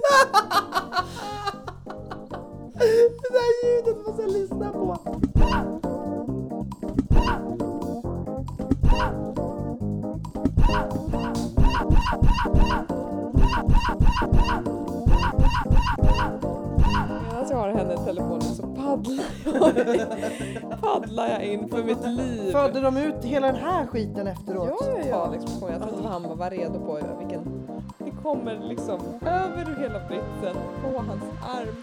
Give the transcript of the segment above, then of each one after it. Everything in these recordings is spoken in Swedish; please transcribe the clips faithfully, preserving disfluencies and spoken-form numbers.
Det där ljudet måste jag lyssna på. Medan jag har henne i telefonen så paddlar jag, paddlar jag in för mitt liv. Födde de ut hela den här skiten efteråt? Ja, ja, ja. Liksom, jag trodde han var redo på vilken... Det kommer liksom över hela britsen på hans arm.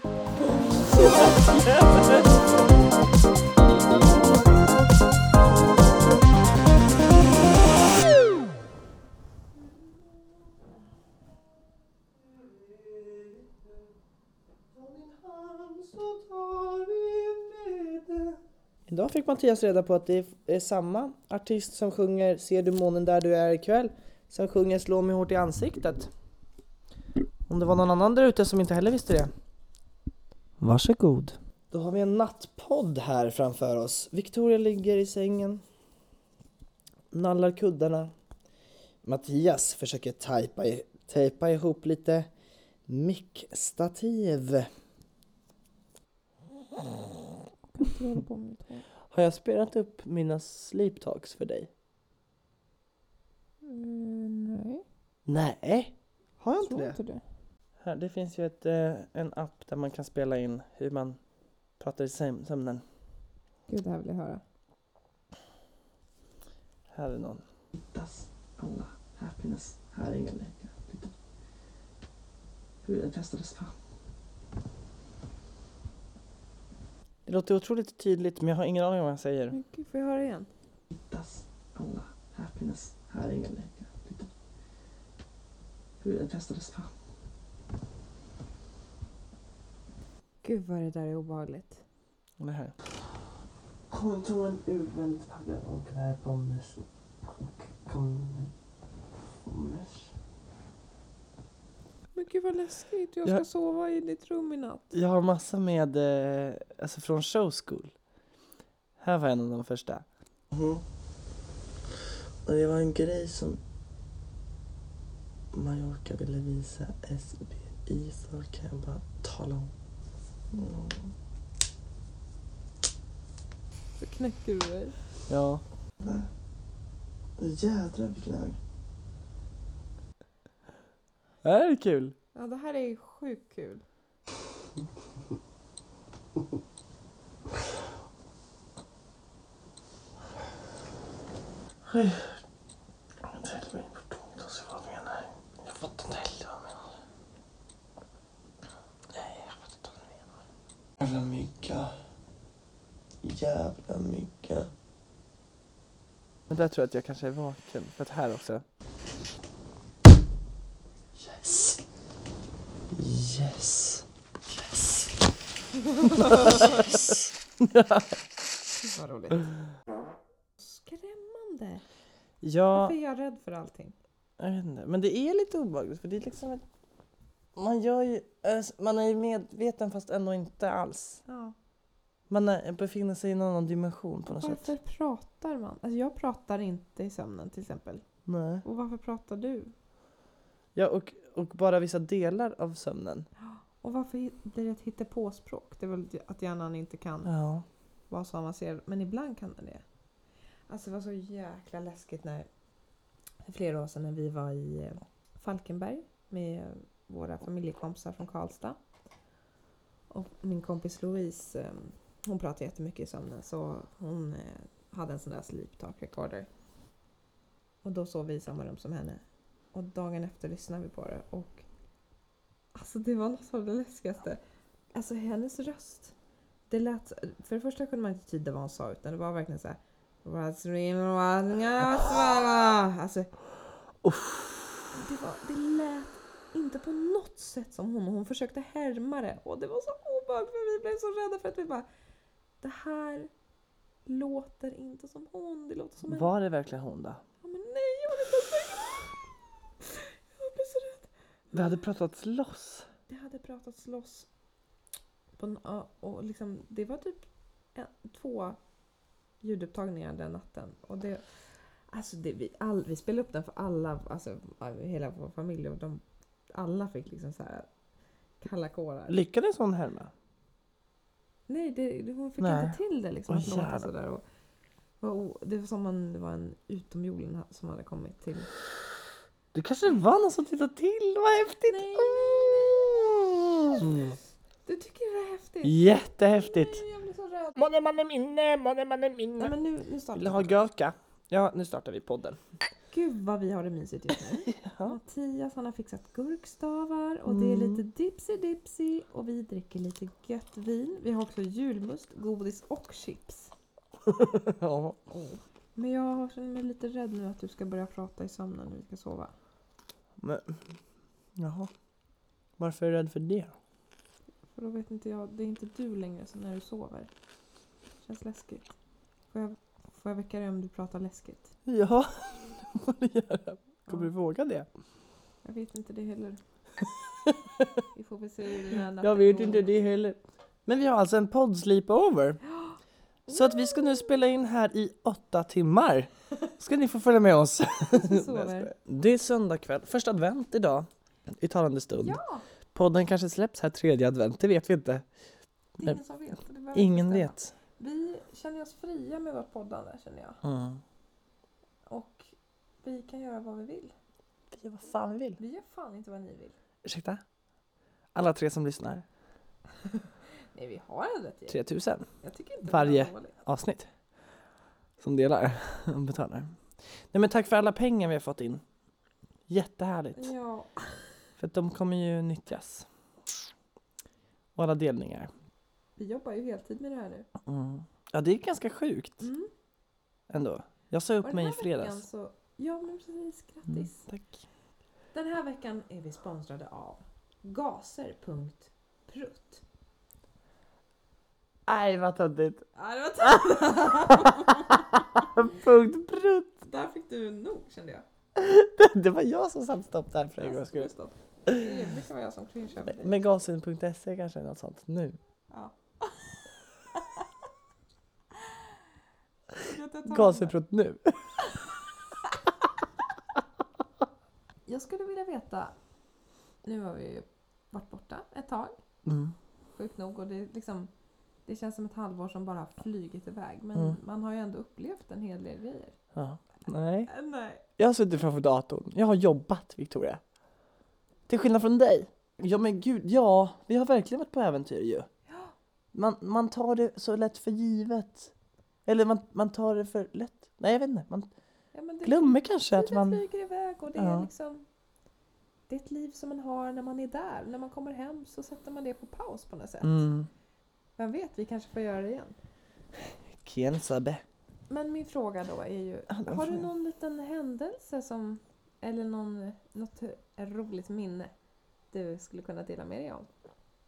Idag fick Mattias reda på att det är samma artist som sjunger Ser du månen där du är ikväll som sjunger Slå mig hårt i ansiktet. Om det var någon annan där ute som inte heller visste det. Varsågod. Då har vi en nattpodd här framför oss. Victoria ligger i sängen. Nallar kuddarna. Mattias försöker tejpa, tejpa ihop lite mickstativ. Har jag spelat upp mina sleep talks för dig? Mm, nej. Nej. Har jag inte Tror det? inte det? Här, det finns ju ett, eh, en app där man kan spela in hur man pratar i söm- sömnen. Gud, det här vill jag höra. Här är någon. Hittas alla happiness. Här är ingen läkare. Titta. Hur den testades fram. Det låter otroligt tydligt men jag har ingen aning om vad jag säger. Men gud, får jag höra igen? Hittas alla happiness. Här är ingen läkare. Titta. Hur den testades fram. Gud, vad det där är obehagligt. Det här. Kontoren ur väldigt taggad och är pommes. Pommes. Men gud, vad läskigt. Jag ska Jag- sova i ditt rum i natt. Jag har massa med, eh, alltså från Show School. Här var en av de första. Mm. Och det var en grej som Mallorca ville visa S B I för, kan jag bara tala om. Mm. Så knäcker du dig. Ja. Jädrar vilken hög. Det här är kul. Ja, det här är sjukt kul. Oj. Jag vet inte heller vad jag menar. Jag fattar inte heller vad jag menar. Nej, jag fattar inte vad jag menar. Jävla mygga. Jävla mygga. Men där tror jag att jag kanske är vaken. För att här också. Yes. Yes. Yes. Gud, vad roligt. Skrämmande. Ja. Varför är jag rädd för allting? Jag vet inte. Men det är lite obehagligt. För det är liksom ett... Man gör ju... Man är ju medveten fast ändå inte alls. Ja. Man är, befinner sig i en annan dimension på något Varför sätt. pratar man? Alltså jag pratar inte i sömnen till exempel. Nej. Och varför pratar du? Ja, och, och bara vissa delar av sömnen. Och varför blir det ett hittepåspråk? Det är väl att hjärnan inte kan Ja. vara så avancerad. Men ibland kan den det. Alltså det var så jäkla läskigt när... För flera år sedan när vi var i Falkenberg med våra familjekompisar från Karlstad. Och min kompis Louise, hon pratar jättemycket i sömnen. Så hon hade en sån där sleep talk recorder. Och då sov vi i samma rum som henne. Och dagen efter lyssnade vi på det. Och alltså det var något av det läskigaste. Alltså hennes röst. Det lät, för det första kunde man inte tyda vad hon sa. Utan det var verkligen så här. Alltså, det, var, det lät inte på något sätt som hon. Och hon försökte härma det. Och det var så obehagligt för vi blev så rädda för att vi bara... Det här låter inte som hon. Det låter som en... Var det verkligen hon då? Ja, men nej, jag var inte säker. Jag blev så rädd. Vi hade pratat loss. Det hade pratats loss. På en, och liksom, det var typ en, två ljudupptagningar den natten. Och det, alltså det, vi, all, vi spelade upp den för alla, alltså hela vår familj. Och de, alla fick liksom så här kalla kårar. Lyckades hon härma? Nej, det, det, hon fick Nej. inte till det liksom. Åh, Att låta jävlar. sådär. Och, och, det var som om det var en utomjording som hade kommit till. Det kanske var någon som tittade till. Vad häftigt! Nej, Mm. Du tycker det är häftigt? Jättehäftigt. Nej, jag blir så röd. Måne manne minne, måne manne minne. Nej, men nu, nu startar Vill vi. du ha göka? Ja, nu startar vi podden. Gud vad vi har det mysigt just nu. Ja. Mattias han har fixat gurkstavar och det är Mm. lite dipsy dipsy och vi dricker lite gött vin. Vi har också julmust, godis och chips. Ja. Men jag känner mig lite rädd nu att du ska börja prata i sömnen när vi ska sova. Men, jaha. Varför är du rädd för det? För då vet inte jag, det är inte du längre som när du sover. Känns läskigt. Får jag, får jag väcka dig om du pratar läskigt? Ja, det får du göra. Kommer Ja. du våga det? Jag vet inte det heller. Vi får väl se hur den här natten Jag vet går. inte det heller. Men vi har alltså en podd sleepover. Så att vi ska nu spela in här i åtta timmar. Ska ni få följa med oss. Vi sover. Det är söndag kväll. Första advent idag. I talande stund. Ja, Podden kanske släpps här tredje advent. Det vet vi inte. det är ingen som vet. Det behöver Ingen inte vet. stämma. Vi känner oss fria med vårt poddande känner jag. Mm. Och vi kan göra vad vi vill. Vi gör vad fan vi vill. Vi gör fan inte vad ni vill. Ursäkta? Alla tre som lyssnar. Nej, vi har en rätt gäng. tre tusen Jag tycker inte Varje. det är dåligt. avsnitt. Som delar och betalar. Nej men tack för alla pengar vi har fått in. Jättehärligt. Ja. För att de kommer ju nyttjas. Och alla delningar. Vi jobbar ju heltid med det här nu. Mm. Ja det är ganska sjukt Mm. ändå. Jag sa Och upp den mig i här veckan fredags. så... Ja, men precis. Mm, Grattis. tack. Den här veckan är vi sponsrade av gaser punkt prutt. Aj vad töntigt. Ja, det var Punkt prutt. Där fick du nog, kände jag. Det var jag som satt stopp där för en gångs skull. Det brukar vara jag som cringear. Men gasen punkt se kanske är något sånt nu. Ja. Jag tar tag i det. Gasenprutt nu. Jag skulle vilja veta, nu har vi ju varit borta ett tag, Mm. sjukt nog, och det, liksom, det känns som ett halvår som bara har flugit iväg. Men Mm. man har ju ändå upplevt en hel del grejer. Ja. Nej. Äh, nej. Jag har suttit framför datorn. Jag har jobbat, Victoria. Till skillnad från dig. Ja men gud, ja. Vi har verkligen varit på äventyr ju. Man, man tar det så lätt för givet. Eller man, man tar det för lätt. Nej jag vet inte. Man Ja, men det, glömmer kanske att tiden man... flyger iväg och det är Ja. liksom, det är ett liv som man har när man är där. När man kommer hem så sätter man det på paus på något sätt. Mm. Vem vet, vi kanske får göra det igen. Kien Sabe. Men min fråga då är ju, Ja, den har du frågan. någon liten händelse som, eller någon, något roligt minne du skulle kunna dela med dig av?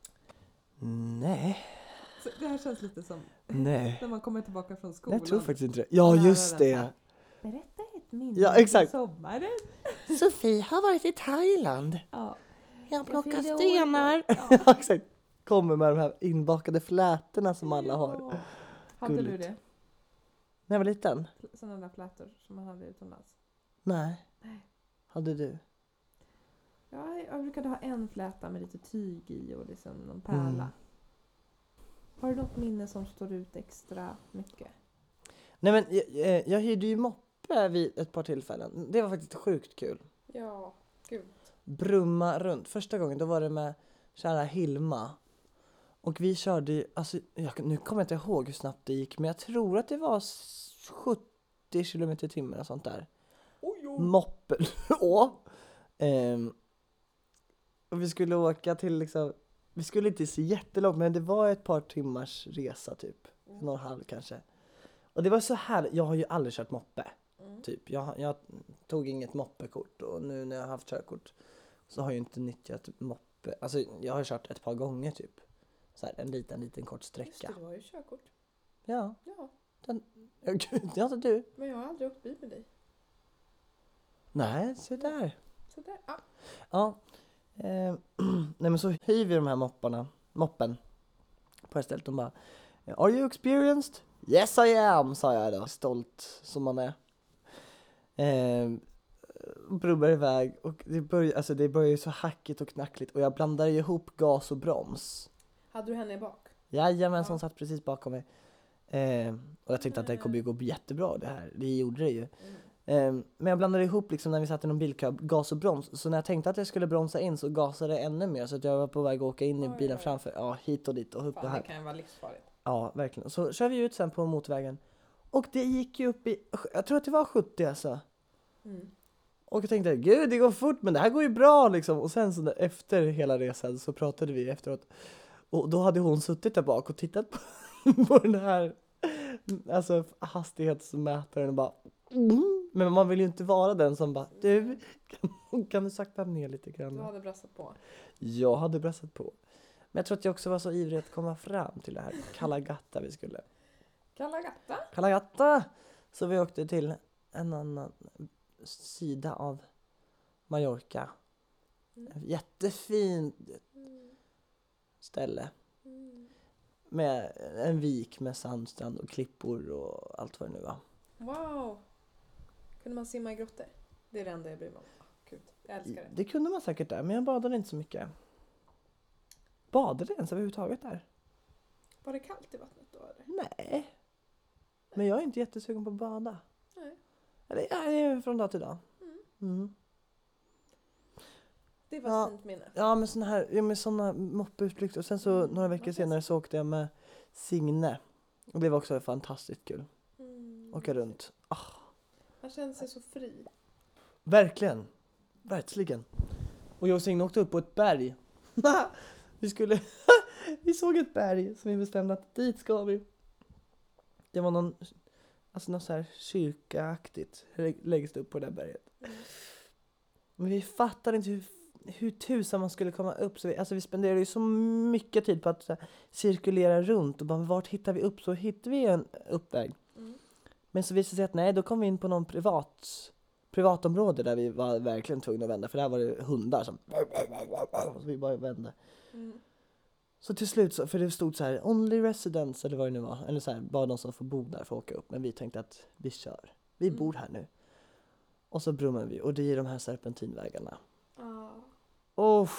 Nej. Så det här känns lite som Nej. när man kommer tillbaka från skolan. Jag tror faktiskt inte det. Ja just det. Berätta ett minne Ja, exakt. från sommaren. Sofie har varit i Thailand. Ja. Jag plockar plockar fyllde stenar. år då. Ja exakt. Kommer med de här inbakade flätorna som alla har. Ja. Hade du Gulligt. det? När jag var liten? Sådana där flätor som man hade utomlands? Nej. Nej. Hade du? Ja, jag brukade ha en fläta med lite tyg i och liksom någon pärla. Mm. Har du något minne som står ut extra mycket? Nej men jag, jag, jag hyrde ju moppe vid ett par tillfällen. Det var faktiskt sjukt kul. Ja, gud. Brumma runt. Första gången då var det med kära Hilma. Och vi körde ju, alltså jag, nu kommer jag inte ihåg hur snabbt det gick. Men jag tror att det var s- sjuttio kilometer i timmen och sånt där. Oj, oj. Moppen. Åh. Ehm, och vi skulle åka till liksom, vi skulle inte se jättelångt men det var ett par timmars resa typ. En och en halv kanske. Och det var så här, jag har ju aldrig kört moppe. Mm. Typ. Jag, jag tog inget moppekort och nu när jag har haft körkort så har jag inte nyttjat moppe. Alltså jag har kört ett par gånger typ. Så här, en liten, liten kort Just det, sträcka. det var ju körkort. Ja, Ja, ja gud, det har inte du. men jag har aldrig åkt bil med dig. Nej, se där. Så där, ja. Ja. Eh, nej men så hyr vi de här mopparna, moppen på det stället. De bara, are you experienced? Yes I am, sa jag då. Stolt som man är. Eh, brumlar iväg och det börjar, alltså det börjar ju så hackigt och knackligt och jag blandar ju ihop gas och broms. Hade du henne i bak? Jajamän, Ja. som satt precis bakom mig. Eh, och jag tänkte att det kommer ju gå jättebra det här. Det gjorde det ju. Mm. Eh, men jag blandade ihop liksom när vi satt i någon bilkö, gas och broms. Så när jag tänkte att jag skulle bromsa in så gasade det ännu mer. Så att jag var på väg att åka in i Oj, bilen oj. framför. Ja, hit och dit och upp Fan, och här. det kan ju vara livsfarligt. Ja, verkligen. Så kör vi ut sen på motorvägen. Och det gick ju upp i, jag tror att det var sjuttio alltså. Mm. Och jag tänkte, gud det går fort men det här går ju bra liksom. Och sen så där, efter hela resan så pratade vi efteråt. Och då hade hon suttit där bak och tittat på, på den här alltså, hastighetsmätaren och bara mm. Men man vill ju inte vara den som bara, du kan, kan du sakta ner lite grann? Du hade brassat på. Jag hade brassat på. Men jag tror att jag också var så ivrig att komma fram till det här Cala-Gata vi skulle. Cala-Gata? Cala-Gata! Så vi åkte till en annan sida av Mallorca. Mm. Jättefint Mm. ställe. Mm. Med en vik med sandstrand och klippor och allt vad det nu var. Wow! Kunde man simma i grottor? Det är det enda jag bryr mig om. Ah, gud, jag älskar det. Det kunde man säkert där, men jag badade inte så mycket. Badade det ens överhuvudtaget där? Var det kallt i vattnet då eller? Nej. Men jag är inte jättesugen på att bada. Nej. Eller ja, det är från dag till dag. Mm. Mm. Det var Ja. ett fint minne. Ja, med såna här, ja, med såna moppeutflykter. Och sen så Mm, några veckor vad senare så åkte jag med Signe. Och det var också fantastiskt kul. Mm. Åka runt. Ah, Man känner sig så fri. verkligen. Verkligen. Och jag och Signe åkte upp på ett berg. vi skulle... vi såg ett berg som vi bestämde att dit ska vi. Det var någon... Alltså något så här kyrkaaktigt längst upp på det där berget. Mm. Men vi fattade inte hur, hur tusan man skulle komma upp. Så vi, alltså vi spenderade ju så mycket tid på att så här, cirkulera runt. Och bara, vart hittar vi upp? Så hittade vi en uppväg. Mm. Men så visade det sig att nej, då kom vi in på någon privat, privatområde där vi var verkligen tvungna att vända. För där var det hundar som... Så vi bara vände. Mm. Så till slut, så, för det stod så här, only residents eller vad det nu var. Eller så här, bara de som får bo där får åka upp. Men vi tänkte att vi kör. Vi Mm. bor här nu. Och så brummar vi. Och det är de här serpentinvägarna. Ah. Oh.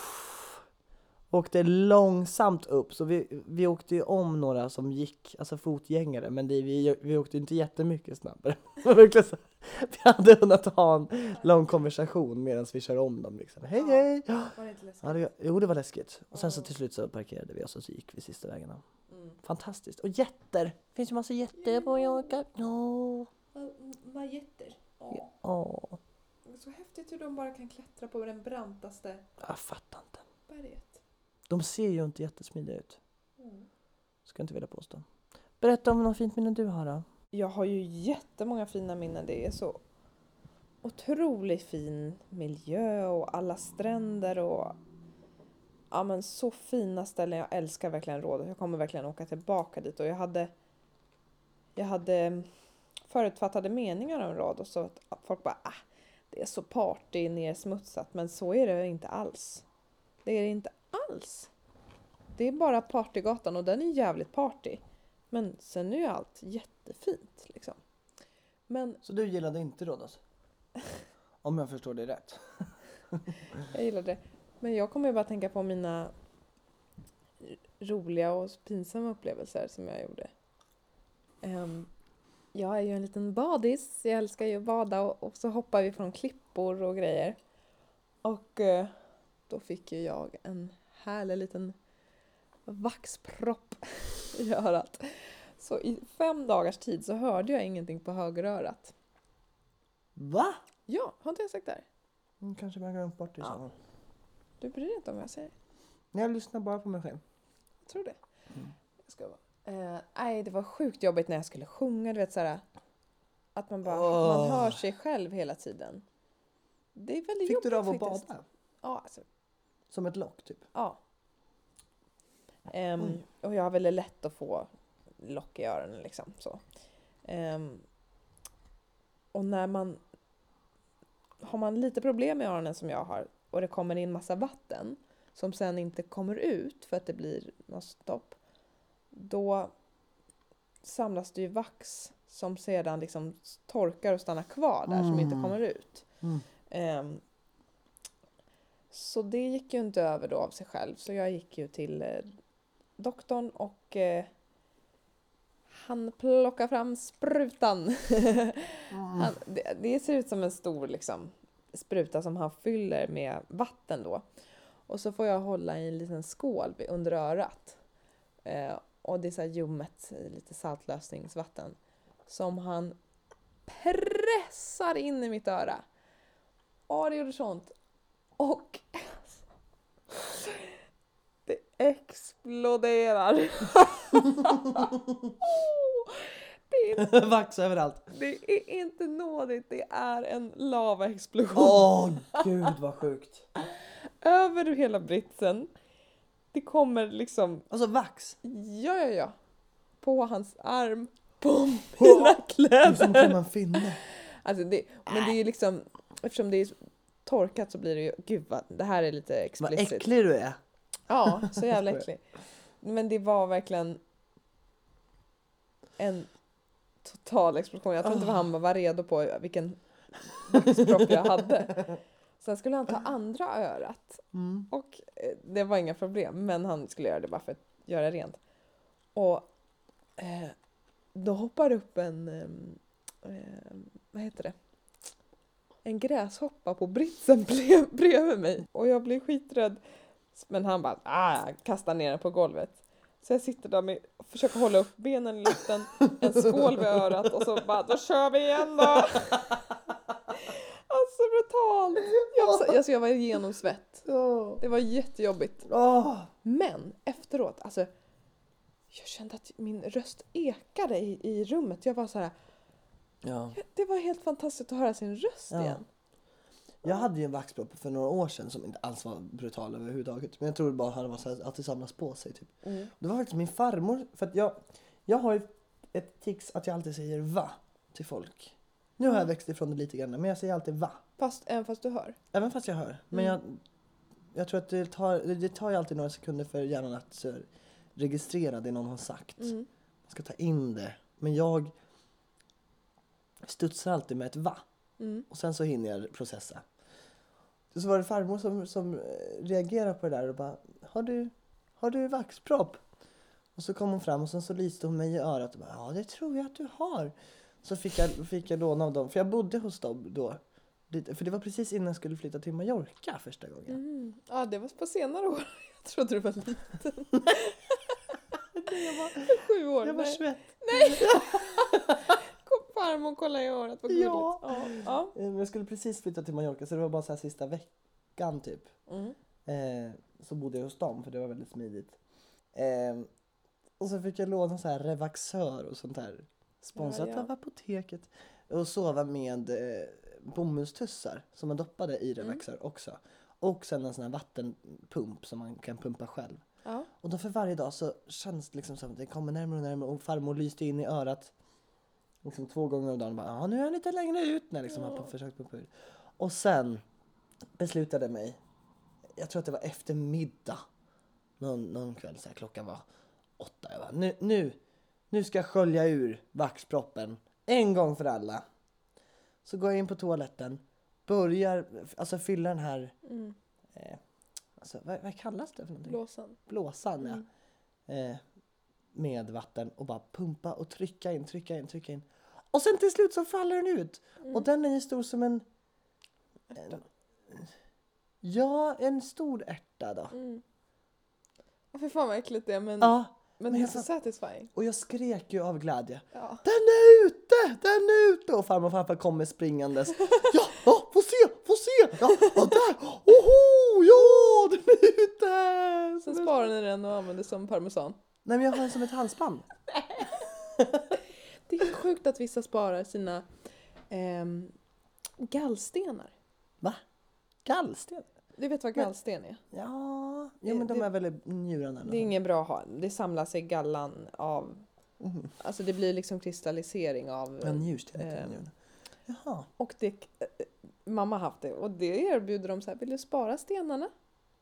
Åkte långsamt upp. Så vi, vi åkte ju om några som gick. Alltså fotgängare. Men det, vi, vi åkte inte jättemycket snabbare. Det var verkligen så, vi hade kunnat ha en lång konversation medan vi kör om dem. Liksom. Hej hej! Var det inte läskigt? Ja, det, jo, det var läskigt. Och sen så till slut så parkerade vi oss och så gick vi sista vägarna. Mm. Fantastiskt. Och jätter. Det finns ju massa jätter på Mallorca. Åh. Vad jätter. Åh. Åh. Så häftigt hur de bara kan klättra på den brantaste Jag fattar inte. berget. De ser ju inte jättesmidiga ut. Mm. Ska inte vilja påstå. Berätta om något fint minne du har då. Jag har ju jättemånga fina minnen. Det är så otroligt fin miljö och alla stränder och ja, men så fina ställen. Jag älskar verkligen Rhodos. Jag kommer verkligen åka tillbaka dit. Och jag hade jag hade förutfattade meningar om Rhodos. Så att folk bara, ah, det är så party nersmutsat. Men så är det inte alls. Det är det inte alls. Det är bara partygatan och den är jävligt party. Men sen är ju allt jättefint liksom. Men Så du gillade inte Rhodos? Om jag förstår det rätt. jag gillar det. Men jag kommer ju bara tänka på mina roliga och pinsamma upplevelser som jag gjorde. Um, jag är ju en liten badis. Jag älskar ju att bada och, och så hoppar vi från klippor och grejer. Och uh, då fick ju jag en härlig liten vaxpropp i örat. Så i fem dagars tid så hörde jag ingenting på högerörat. Va? Ja, har inte jag sagt det här? Mm, kanske man glömt bort det. Ja. Ja. Du bryr dig inte om vad jag säger. Jag lyssnar bara på mig själv. Jag tror det. Mm. Jag ska bara. Eh, nej, det var sjukt jobbigt när jag skulle sjunga. Du vet såhär. Att man bara, Åh. man hör sig själv hela tiden. Det är väldigt Fick jobbigt du av att faktiskt. bada? Ja, alltså, Som ett lock typ? ja. Ehm, Oj. och jag har väldigt lätt att få lock i öronen liksom. Så. Ehm, och när man har man lite problem med öronen som jag har och det kommer in massa vatten som sen inte kommer ut för att det blir något stopp, då samlas det ju vax som sedan liksom torkar och stannar kvar där som inte Mm. kommer ut. Mm. Ehm, så det gick ju inte över då av sig själv. Så jag gick ju till eh, doktorn och eh, han plockade fram sprutan. han, det, det ser ut som en stor liksom, spruta som han fyller med vatten då. Och så får jag hålla i en liten skål under örat. Eh, och det är så här ljummet, lite saltlösningsvatten. Som han pressar in i mitt öra. Och det gjorde sånt. Och det exploderar. det, är inte, Vax överallt. det är inte nådigt. Det är en lavaexplosion. Åh, oh, gud vad sjukt. Över hela britsen. Det kommer liksom... Alltså vax? Ja, ja, ja. På hans arm. På mina kläder. Som kan man finna. Alltså det, men det är liksom... Eftersom det är torkat så blir det ju... Gud vad, det här är lite explicit. Vad äcklig du är. Ja, så jävla äcklig. Men det var verkligen en total explosion. Jag tror inte oh. han var redo på vilken vaxpropp jag hade. Sen skulle han ta andra örat. Mm. Och det var inga problem. Men han skulle göra det bara för att göra rent. Och eh, då hoppar upp en... Eh, vad heter det? En gräshoppa på britsen bredvid mig. Och jag blir skiträdd. Men han bara ah, kastar ner den på golvet. Så jag sitter där med och försöker hålla upp benen i luften. En skål vid örat. Och så bara, då kör vi igen då. Alltså brutalt. Jag, alltså, jag var igenom svett. Det var jättejobbigt. Men efteråt, alltså jag kände att min röst ekade i, i rummet. Jag var så här. Ja. Det var helt fantastiskt att höra sin röst ja. igen. Jag hade ju en vaxpropp för några år sedan som inte alls var brutal överhuvudtaget. Men jag tror bara att han var alltid samlas på sig typ. Mm. Det var faktiskt min farmor. För att jag, jag har ju ett tics att jag alltid säger va till folk. Nu har jag växt ifrån det lite grann, men jag säger alltid va. Fast, även fast du hör? Även fast jag hör. Men mm. jag, jag tror att det tar, det tar ju alltid några sekunder för hjärnan att så, registrera det någon har sagt. Mm. Man ska ta in det. Men jag studsar alltid med ett va. Mm. Och sen så hinner jag processa. Så var det farmor som, som reagerade på det där och bara, har du, har du vaxpropp? Och så kom hon fram och sen så lyste hon mig i örat och bara, ja det tror jag att du har. Så fick jag, fick jag låna av dem, för jag bodde hos dem då. För det var precis innan jag skulle flytta till Mallorca första gången. Mm. Ja, det var på senare år. Jag trodde du var liten. jag var sju år. Jag var svett. Nej! Farmor kolla i örat, vad gulligt. Ja. Ja. Ja. Jag skulle precis flytta till Mallorca så det var bara så här sista veckan typ. Mm. Eh, så bodde jag hos dem för det var väldigt smidigt. Eh, och så fick jag låna så här Revaxör och sånt där. Sponsrat ja, ja. av apoteket. Och sova med eh, bomullstussar som man doppade i Revaxör mm. också. Och sen en sån här vattenpump som man kan pumpa själv. Ja. Och då för varje dag så känns det liksom som att det kommer närmare och närmare och farmor lyste in i örat. Liksom två gånger om dagen. Bara, ja, nu är jag lite längre ut när liksom, ja. jag försökt pumpa ut. Och sen beslutade jag mig. Jag tror att det var efter middag. Någon, någon kväll så här, klockan var åtta. Jag bara, nu, nu, nu ska jag skölja ur vaxproppen. En gång för alla. Så går jag in på toaletten. Börjar alltså fylla den här. Mm. Eh, alltså, vad, vad kallas det för någonting? Blåsan. Blåsan, mm. ja. Eh, med vatten och bara pumpa och trycka in, trycka in, trycka in. Och sen till slut så faller den ut. Mm. Och den är ju stor som en... en ja, en stor ärta då. Mm. För fan vad äckligt det är, men, ja, men, men det är så satisfying. Och jag skrek ju av glädje. Ja. Den är ute! Den är ute! Och farmor och farfar kommer springandes. ja, ja, få se, få se! Ja, ja där! Oho, ja, den är ute! Sen sparar ni den och använder som parmesan. Nej, men jag har den som ett halsband. Det är sjukt att vissa sparar sina eh, gallstenar. Va? Gallsten? Du vet vad gallsten är? Ja, ja men de är väl i njurarna. Det är inget bra att ha. Det samlas i gallan av... Mm. Alltså det blir liksom kristallisering av... Ja, njursten. Eh, Jaha. Och det... Eh, mamma har haft det. Och det erbjuder de så här, vill du spara stenarna?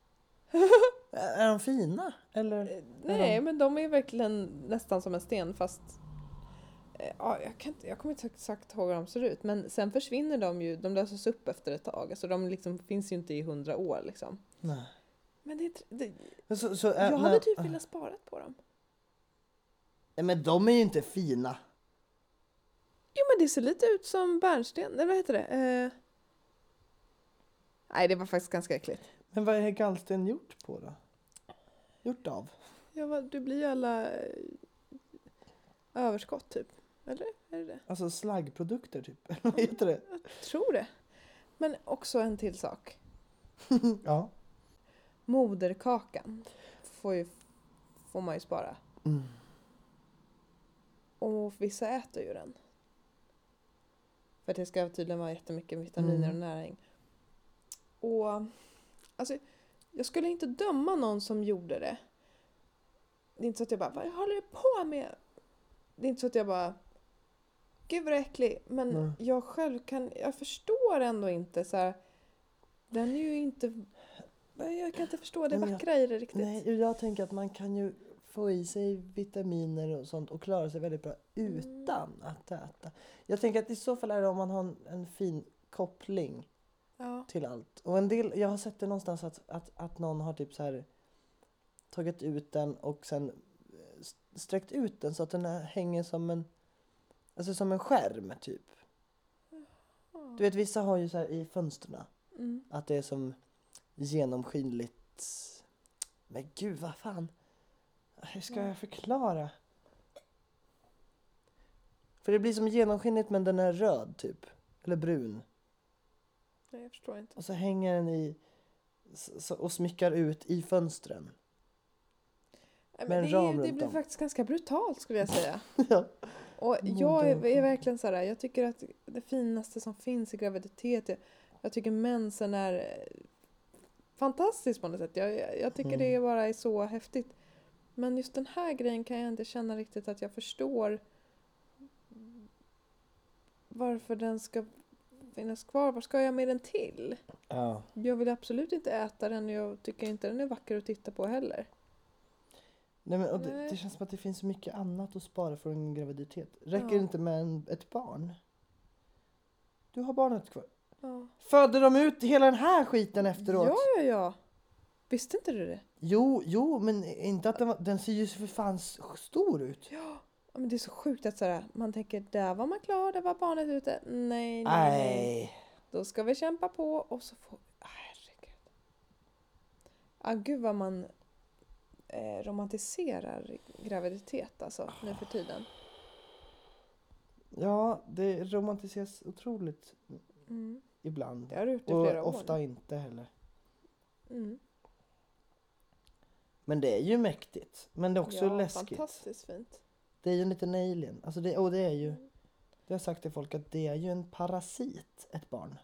Är de fina? Eller Nej, de... men de är verkligen nästan som en sten fast Eh, Ja, jag, kan inte, jag kommer inte exakt ihåg hur de ser ut. Men sen försvinner de ju. De löses upp efter ett tag. Alltså de liksom finns ju inte i hundra år liksom. Nej. Men det, är inte- det, Men, så, så, äh, jag hade när- typ velat sparat på dem. Nej, men de är ju inte fina. Jo men det ser lite ut som bärnsten. Eller vad heter det? Eh... Nej det var faktiskt ganska äckligt. Men vad är gallsten gjort på då? Gjort av? Ja, vad- du blir ju alla eh, överskott typ. Eller? Är det det? Alltså slaggprodukter typ? Eller vad heter det? Jag tror det. Men också en till sak. Ja. Moderkakan får, ju, får man ju spara. Mm. Och vissa äter ju den. För att det ska tydligen vara jättemycket vitaminer Mm. och näring. Och alltså, jag skulle inte döma någon som gjorde det. Det är inte så att jag bara, vad håller du på med? Det är inte så att jag bara, gud vad äcklig. Men Nej. jag själv kan, jag förstår ändå inte så här. Den är ju inte, jag kan inte förstå det Nej, men jag- vackra i det riktigt. Nej, jag tänker att man kan ju få i sig vitaminer och sånt och klara sig väldigt bra utan Mm. att äta. Jag tänker att i så fall är det om man har en, en fin koppling Ja. till allt. Och en del, jag har sett det någonstans att, att, att någon har typ så här tagit ut den och sen eh, sträckt ut den så att den är, hänger som en, alltså som en skärm typ. Du vet, vissa har ju så här i fönstren Mm. att det är som genomskinligt. Men gud, vad fan. Hur ska Ja. jag förklara? För det blir som genomskinligt men den är röd typ. Eller brun. Nej, jag förstår inte. Och så hänger den i s- och smyckar ut i fönstren. Nej, med men en det, ram är, det runt blir om. faktiskt ganska brutalt skulle jag säga. Ja. Och jag är, är Moderkakan. verkligen så här, jag tycker att det finaste som finns i graviditet, jag, jag tycker mensen är eh, fantastiskt på något sätt. Jag, jag, jag tycker Mm. det bara är så häftigt. Men just den här grejen kan jag inte känna riktigt att jag förstår varför den ska finnas kvar. Vad ska jag med den till? Ja. Jag vill absolut inte äta den och jag tycker inte den är vacker att titta på heller. Nej, men, och det, Nej. det känns som att det finns så mycket annat att spara från en graviditet. Räcker Ja. det inte med en, ett barn? Du har barnet kvar. Ja. Föder de ut hela den här skiten efteråt? Ja, ja, ja. Visste inte du det? Jo, jo, men inte att den, var, den ser ju för fan s- stor ut. Ja, men det är så sjukt att sådär, man tänker där var man klar, där var barnet ute. Nej, nej, nej. Nej. Då ska vi kämpa på och så får vi... Herregud. Ah, gud vad man eh, romantiserar graviditet alltså nu för tiden. Ja, det romantiseras otroligt Mm. ibland. Det har du gjort i Och flera år ofta nu. inte heller. Mm. Men det är ju mäktigt. Men det är också ja, läskigt. fantastiskt fint. Det är ju en liten alien. Alltså det, och det är ju... Mm. Det har jag sagt till folk att det är ju en parasit, ett barn.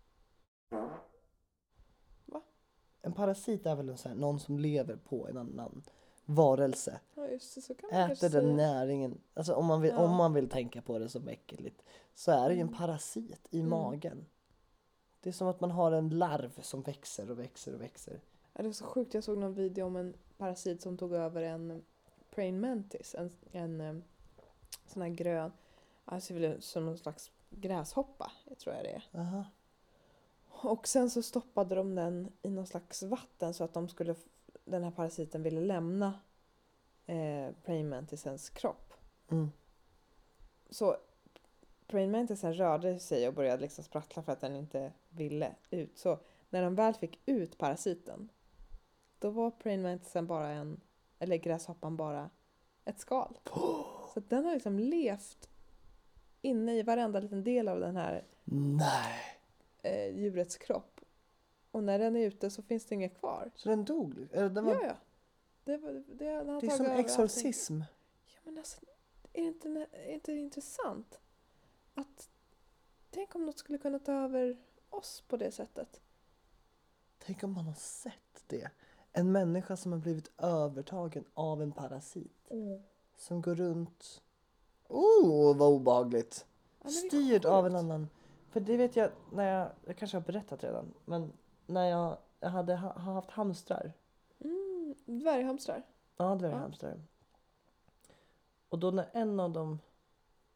Va? En parasit är väl en sån här, någon som lever på en annan varelse. Ja, just det, så kan man Äter kanske den säga. näringen. Alltså om man, vill, Ja. om man vill tänka på det som äckligt. Så är det ju en Mm. parasit i Mm. magen. Det är som att man har en larv som växer och växer och växer. Ja, det var så sjukt, jag såg någon video om en parasit som tog över en praying mantis. En, en eh, sån här grön, alltså det ser väl ut som någon slags gräshoppa, jag tror jag det är. Aha. Och sen så stoppade de den i någon slags vatten så att de skulle, den här parasiten ville lämna eh, praying mantisens kropp. Mm. Så praying mantisen rörde sig och började liksom sprattla för att den inte ville ut. Så när de väl fick ut parasiten, då var praying mantisen bara en, eller gräshoppan bara ett skal. Så att den har liksom levt inne i varenda liten del av den här Nej. eh, djurets kropp. Och när den är ute så finns det inget kvar. Så den dog? Eller den var, Ja, ja. Det, var, det, den har det är tagit som över allting. exorcism. Ja, men alltså, är det inte, är det inte intressant? Att, tänk om något skulle kunna ta över oss på det sättet. Tänk om man har sett det. En människa som har blivit övertagen av en parasit. Som går runt. Oh, vad obehagligt. Ja, men det är Styrd av en sjukt. annan. För det vet jag när jag, jag kanske har berättat redan. Men när jag, jag hade ha, har haft hamstrar. Mm, dvärghamstrar. Ja, det var Ja. hamstrar. Och då när en av dem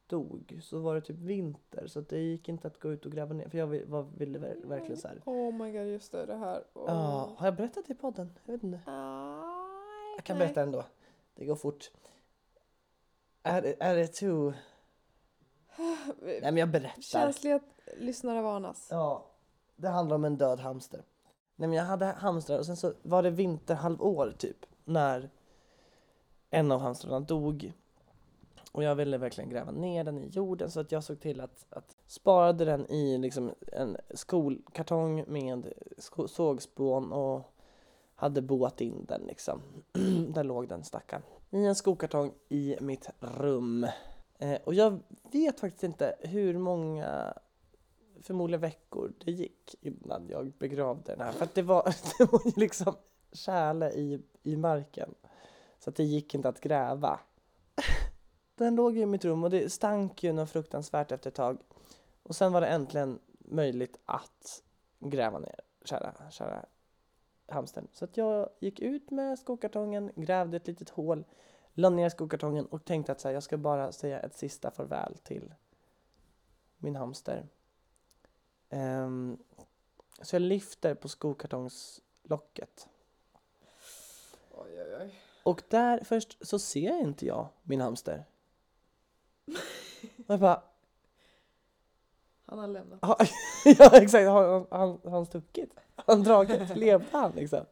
dog så var det typ vinter. Så att det gick inte att gå ut och gräva ner. För jag vill- var, ville ver- verkligen så här. Oh my god, just det, det här. Oh. Ja, har jag berättat det i podden? Jag vet inte. Ah, Jag kan nej. berätta ändå. Det går fort. Är, det- är det too... Nej men jag berättar. Känsliga lyssnare varnas. Ja, det handlar om en död hamster. Nej men jag hade hamstrar och sen så var det vinterhalvår typ. När en av hamstrarna dog. Och jag ville verkligen gräva ner den i jorden. Så att jag såg till att, att sparade den i liksom en skolkartong med sko- sågspån. Och hade boat in den liksom. Där låg den stackaren. I en skokartong i mitt rum. Eh, och jag vet faktiskt inte hur många, förmodligen veckor det gick innan jag begravde den här. För att det var, det var ju liksom kärle i, i marken. Så att det gick inte att gräva. Den låg i mitt rum och det stank ju något fruktansvärt efter ett tag. Och sen var det äntligen möjligt att gräva ner kära, kära hamstern. Så att jag gick ut med skokartongen, grävde ett litet hål, la ner skokartongen och tänkte att så här, jag ska bara säga ett sista farväl till min hamster. Um, så jag lyfter på skokartongslocket. Oj, oj, oj. Och där först så ser inte jag min hamster. Och jag bara, Han har lämnat. ja exakt, har han, han, har han stuckit? Har han dragit, levde han liksom?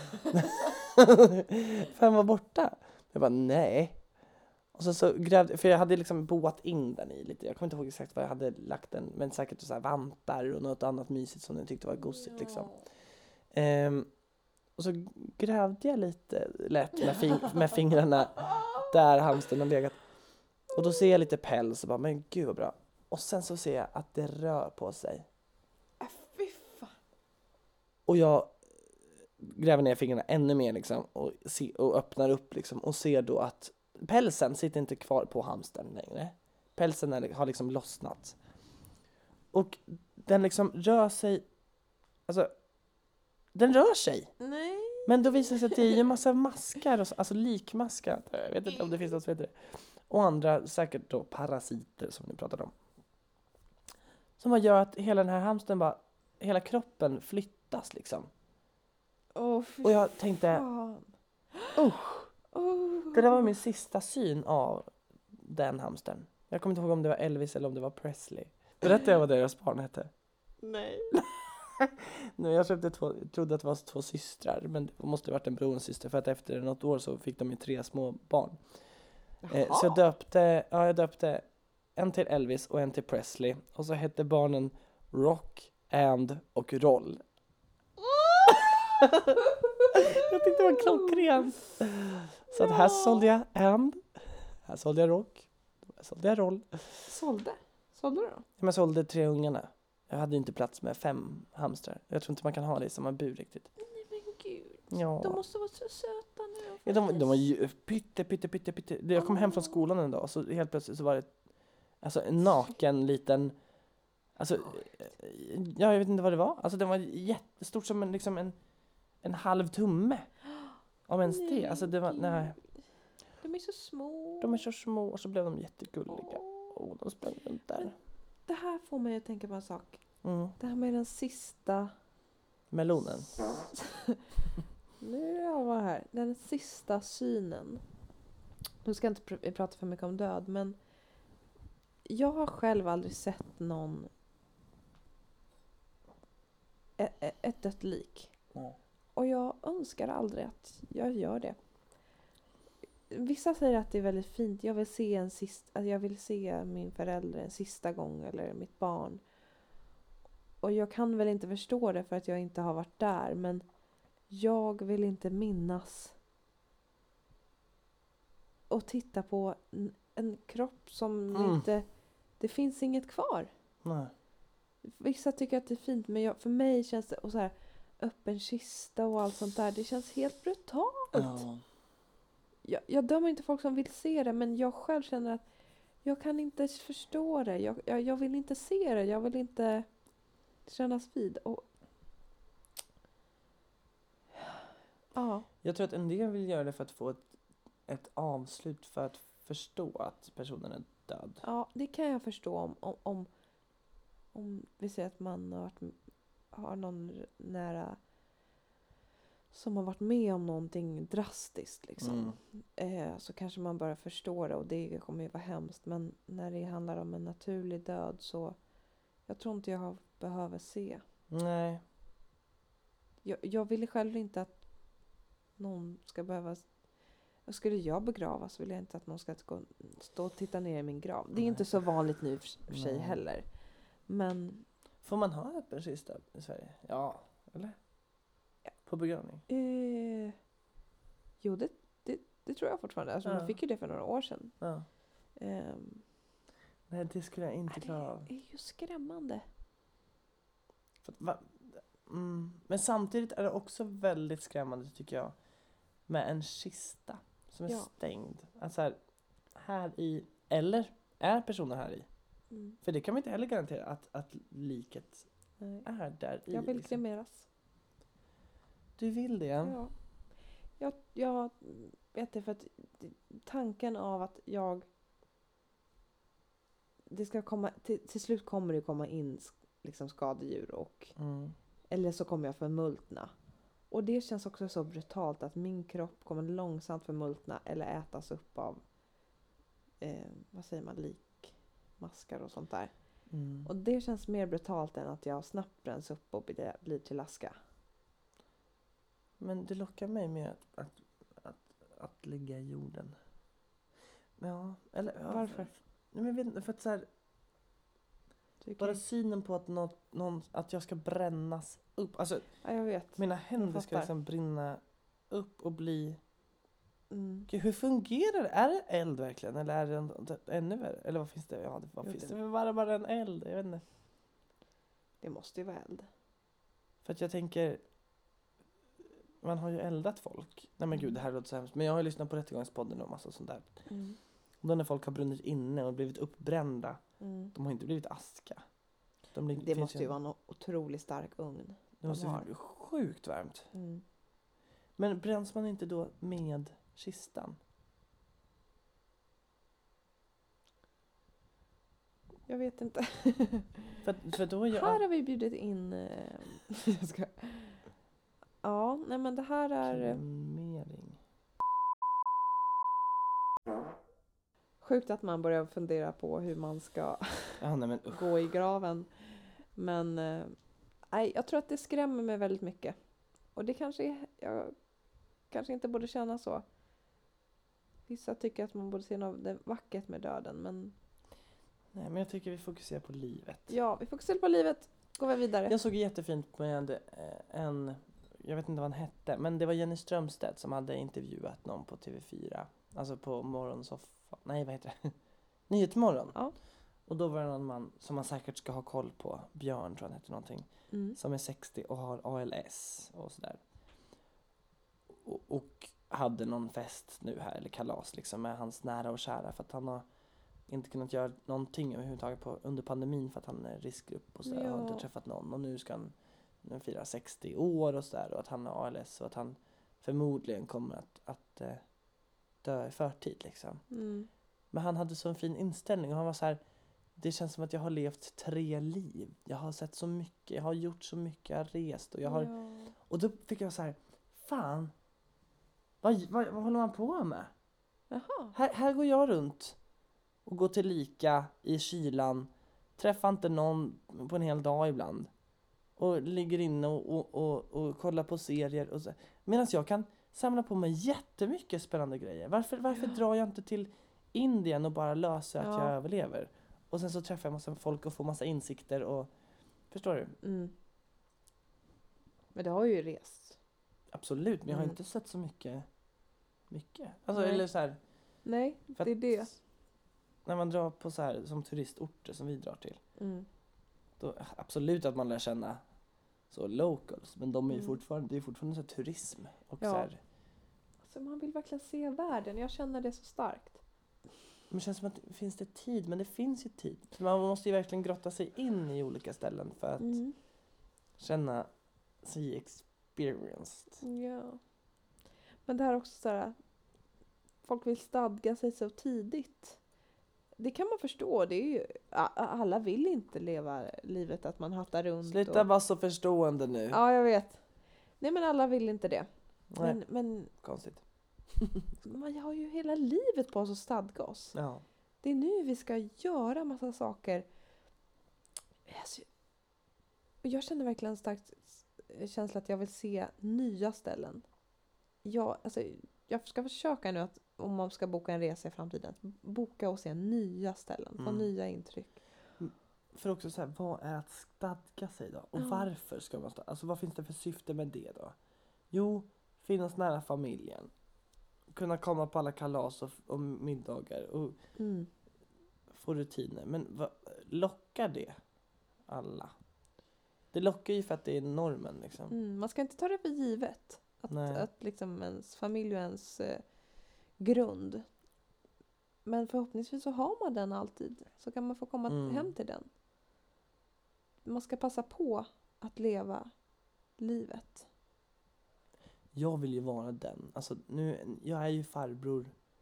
För han var borta. Jag bara, nej. Och så, så grävde, för jag hade liksom boat in den i lite, jag kommer inte ihåg exakt vad jag hade lagt den, men säkert så här vantar och något annat mysigt som jag tyckte var gosigt liksom. Ehm, och så grävde jag lite lätt med, fing- med fingrarna där hamstern har legat. Och då ser jag lite päls och bara, men gud vad bra. Och sen så ser jag att det rör på sig. Äh, fy fan. Och jag gräver ner fingrarna ännu mer liksom och, se, och öppnar upp liksom och ser då att pälsen sitter inte kvar på hamstern längre. Pälsen är, har liksom lossnat. Och den liksom rör sig, alltså den rör sig. Nej. Men då visar det sig att det är ju en massa maskar, och så, alltså likmaskar. Jag vet inte om det finns något som heter det. Och andra säkert då parasiter som ni pratade om. Som bara gör att hela den här hamstern bara, hela kroppen flyttas liksom. Åh, fy Och jag tänkte, fan. usch. Oh. Det där var min sista syn av den hamstern. Jag kommer inte ihåg om det var Elvis eller om det var Presley. Berättade jag vad deras barn hette? Nej. Nu, jag köpte två, trodde att det var två systrar, men det måste ha varit en bror och en syster, för att efter något år så fick de ju tre små barn. Eh, så jag döpte, ja, jag döpte en till Elvis och en till Presley. Och så hette barnen Rock, And och Roll. Jag tyckte det var klockrent. Så att här sålde jag And, här sålde jag Rock, här sålde jag Roll. Sålde? Sålde du då? Jag sålde tre ungarna. Jag hade ju inte plats med fem hamstrar. Jag tror inte man kan ha det i samma bur riktigt. Nej men gud. Ja. De måste vara så söta nu. Ja, de, de var ju pytte, pytte, pytte, pytte. Jag kom hem från skolan en dag och så helt plötsligt så var det alltså en naken liten, alltså, ja, jag vet inte vad det var. Alltså den var jättestort som en, liksom en, en halv tumme. Om ens det. Alltså det var, nej. De är så små. De är så små och så blev de jättegulliga. Och de sprang runt där. Det här får mig att tänka på en sak. Mm. Det här med den sista... Melonen. Nu är jag var här. Den sista synen. Nu ska jag inte pr- prata för mycket om död, men jag har själv aldrig sett någon e- e- ett dött lik. Mm. Och jag önskar aldrig att jag gör det. Vissa säger att det är väldigt fint. Jag vill se en sista, alltså jag vill se min förälder en sista gång, eller mitt barn. Och jag kan väl inte förstå det för att jag inte har varit där, men jag vill inte minnas och titta på en, en kropp som Mm. inte, det finns inget kvar. Nej. Vissa tycker att det är fint, men jag, för mig känns det, och så här öppen kista och allt sånt där, det känns helt brutalt. Ja. Jag, jag dömer inte folk som vill se det, men jag själv känner att jag kan inte förstå det. Jag, jag, jag vill inte se det. Jag vill inte kännas vid. Och... Ja. Jag tror att en del vill göra det för att få ett, ett avslut, för att förstå att personen är död. Ja, det kan jag förstå om, om, om, om vi säger att man har, varit, har någon nära som har varit med om någonting drastiskt liksom. Mm. Eh, så kanske man börjar förstå det och det kommer ju vara hemskt. Men när det handlar om en naturlig död så jag tror inte jag behöver se. Nej. Jag, jag ville själv inte att någon ska behöva... Skulle jag begravas så vill jag inte att någon ska gå, stå och titta ner i min grav. Det är Nej. inte så vanligt nu för sig Nej. heller. Men... Får man ha öppen kista i Sverige? Ja, eller? På begravning? Eh, jo, det, det, det tror jag fortfarande. Alltså, Ja. Man fick ju det för några år sedan. Ja. Um, Nej, det skulle jag inte klara av. det är ju skrämmande. För att, va? Mm. Men samtidigt är det också väldigt skrämmande tycker jag med en kista som är Ja. stängd. Alltså här, här i, eller är personer här i? Mm. För det kan vi inte heller garantera att, att liket Nej. är där i. Jag vill liksom. kremeras. Du vill det? Ja. Jag, jag vet det för att tanken av att jag det ska komma till, till slut kommer det komma in liksom skadedjur och Mm. eller så kommer jag förmultna. Och det känns också så brutalt att min kropp kommer långsamt förmultna eller ätas upp av eh, vad säger man, likmaskar och sånt där. Mm. Och det känns mer brutalt än att jag snabbt bränns upp och blir, blir till aska. Men det lockar mig med att, att, att, att ligga i jorden. Ja, eller... Ja, Varför? För, nej, men jag vet inte, för att så här, Tycker bara jag. synen på att, något, någon, att jag ska brännas upp. Alltså, Ja, jag vet. mina händer ska fattar. liksom brinna upp och bli... Mm. Gud, hur fungerar det? Är det eld verkligen? Eller är det en, det, ännu värre? Eller vad finns det? Ja, det, vad Jo, finns det- det för varmare än eld? Jag vet inte. Det måste ju vara eld. För att jag tänker... Man har ju eldat folk. Nej men gud, det här låter så hemskt. Men jag har ju lyssnat på Rättegångspodden och massa sånt där. Mm. Och då när folk har brunnit inne och blivit uppbrända. Mm. De har inte blivit aska. De blir, Det finns måste ju vara en otroligt stark ugn. Det måste de har. bli sjukt varmt. Mm. Men bränns man inte då med kistan? Jag vet inte. För, för då är jag... Här har vi bjudit in... Eh, jag ska... Ja, nej men det här är... Kremering. Sjukt att man börjar fundera på hur man ska Ja, nej men usch. gå i graven. Men eh, nej, jag tror att det skrämmer mig väldigt mycket. Och det kanske är, jag kanske inte borde känna så. Vissa tycker att man borde se något det vackert med döden. Men Nej, men jag tycker vi fokuserar på livet. ja, vi fokuserar på livet. Går vi vidare. Jag såg jättefint med eh, en... Jag vet inte vad han hette. Men det var Jenny Strömstedt som hade intervjuat någon på T V fyra. Alltså på morgonsoffan. Nej, vad heter det? Nyhetsmorgon. Ja. Och då var det någon man som man säkert ska ha koll på. Björn tror han heter någonting. Mm. Som är sextio och har A L S och sådär. Och, och hade någon fest nu här, eller kalas liksom, med hans nära och kära. För att han har inte kunnat göra någonting överhuvudtaget på, under pandemin för att han är riskgrupp och sådär. Ja. Har inte träffat någon. Och nu ska han nu fira sextio år och sådär. Och att han har A L S och att han förmodligen kommer att, att eh, dö i förtid liksom. Mm. Men han hade så en fin inställning och han var så här: det känns som att jag har levt tre liv. Jag har sett så mycket, jag har gjort så mycket, jag har rest och jag har... Ja. Och då fick jag så här: fan, vad, vad, vad håller man på med? Jaha. Här, här går jag runt och går till lika i kylan, träffar inte någon på en hel dag ibland. Och ligger inne och, och, och, och kollar på serier och så. Medan jag kan samla på mig jättemycket spännande grejer. Varför, varför Ja. drar jag inte till Indien och bara löser att Ja. jag överlever? Och sen så träffar jag massa folk och får massa insikter och... Förstår du? Mm. Men det har ju rest. Absolut, men jag har Mm. inte sett så mycket. Mycket. Alltså, Nej. eller så här, Nej, för det är att det. när man drar på så här som turistorter som vi drar till. Mm. Då absolut att man lär känna så locals, men de är ju Mm. fortfarande, det är fortfarande så här turism och Ja. så här, Alltså man vill verkligen se världen. Jag känner det så starkt. men det känns som att det finns det tid, men det finns ju tid. För man måste ju verkligen grotta sig in i olika ställen för att Mm. känna sig experienced. Ja. Men det här också så här. Folk vill stadga sig så tidigt. det kan man förstå. Det är ju, alla vill inte leva livet att man hattar runt. Sluta och... vara så förstående nu. Ja, jag vet. Nej, men alla vill inte det. Nej. Men, men Konstigt. man har ju hela livet på oss att stadga oss. Ja. Det är nu vi ska göra massa saker. Alltså, och jag känner verkligen en stark känsla att jag vill se nya ställen. Jag, alltså, jag ska försöka nu att om man ska boka en resa i framtiden, boka och se nya ställen, få Mm. nya intryck. För också så här, vad är att stadga sig då? Och Ja. varför ska man stadga? Alltså vad finns det för syfte med det då? Jo, finnas nära familjen. Kunna komma på alla kalas och, och middagar och Mm. få rutiner. Men vad, lockar det alla? Det lockar ju för att det är normen liksom. Mm. Man ska inte ta det för givet. Att, Nej. att liksom ens familj och ens eh, grund. Men förhoppningsvis så har man den alltid. Så kan man få komma Mm. hem till den. Man ska passa på att leva livet. Jag vill ju vara den. Alltså nu, jag är ju farbror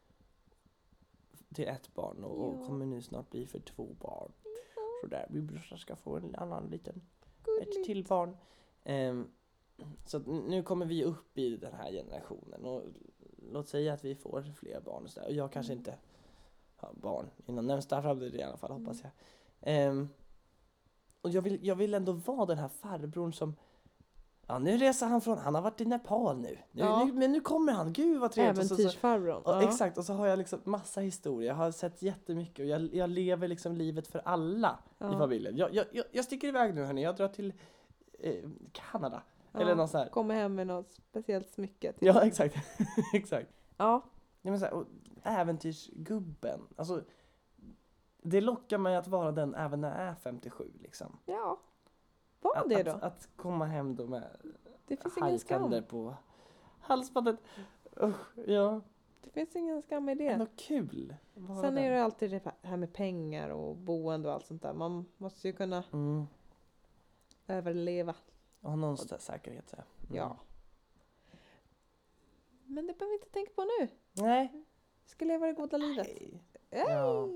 till ett barn och, och Ja. kommer nu snart bli för två barn. Så där, min brorsa ska få en annan liten, ett Gulligt. till barn. Ehm, så att nu kommer vi upp i den här generationen och låt säga att vi får fler barn och så där. Och jag kanske Mm. inte har barn inom närmsta framtiden i alla fall, hoppas Mm. jag. Ehm, och jag vill, jag vill ändå vara den här farbrorn som, ja nu reser han från, han har varit i Nepal nu. nu, Ja. nu men nu kommer han, gud vad trevligt. Och så- så- Äventyrsfarbrorn. och Ja. exakt, och så har jag liksom massa historier. Jag har sett jättemycket och jag, jag lever liksom livet för alla Ja. i familjen. Jag, jag, jag, jag sticker iväg nu hörni, jag drar till eh, Kanada. Ja. Eller något så här. Kommer hem med något speciellt smycke. till- Ja, exakt. exakt. Ja. Ja, men så här, och äventyrsgubben. Alltså, det lockar mig att vara den även när jag är femtiosju. Liksom. Ja. Var Att, det då? att, att komma hem då med Det finns ingen skam. hajtänder på halsbandet. Usch, ja, Det finns ingen skam i det. ändå kul. Vara Sen den. är det alltid det här med pengar och boende och allt sånt där. Man måste ju kunna Mm. överleva. Och ha någon slags säkerhet. Så. här. Mm. Ja. Men det behöver vi inte tänka på nu. Nej. Vi ska leva det goda livet. Nej. Hey! Ja.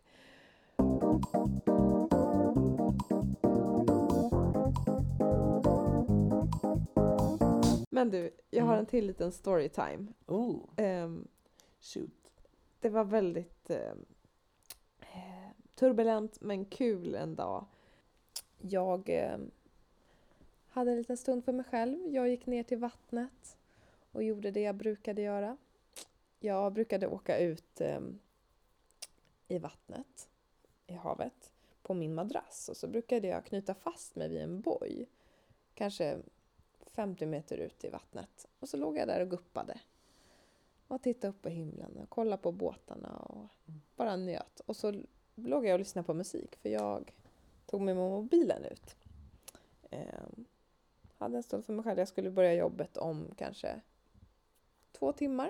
Men du, jag har Mm. en till liten storytime. Oh, Um, shoot. det var väldigt ehm, eh, turbulent men kul en dag. Jag eh, hade en liten stund för mig själv. Jag gick ner till vattnet och gjorde det jag brukade göra. Jag brukade åka ut eh, i vattnet, i havet, på min madrass. Och så brukade jag knyta fast mig vid en boj. Kanske femtio meter ut i vattnet. Och så låg jag där och guppade. Och tittade upp på himlen och kollade på båtarna och bara njöt. Och så låg jag och lyssnade på musik för jag tog med mig mobilen ut. Ehm, hade en stund för mig själv. Jag skulle börja jobbet om kanske två timmar.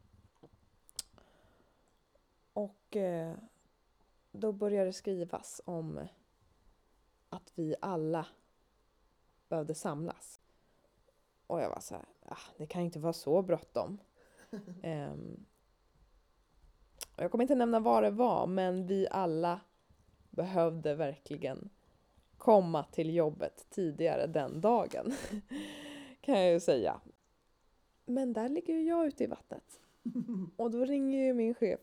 Och eh, då började det skrivas om att vi alla behövde samlas. Och jag var så här, ah, det kan inte vara så bråttom. um, och jag kommer inte nämna vad det var, men vi alla behövde verkligen komma till jobbet tidigare den dagen. Kan jag ju säga. Men där ligger ju jag ute i vattnet. Och då ringer ju min chef.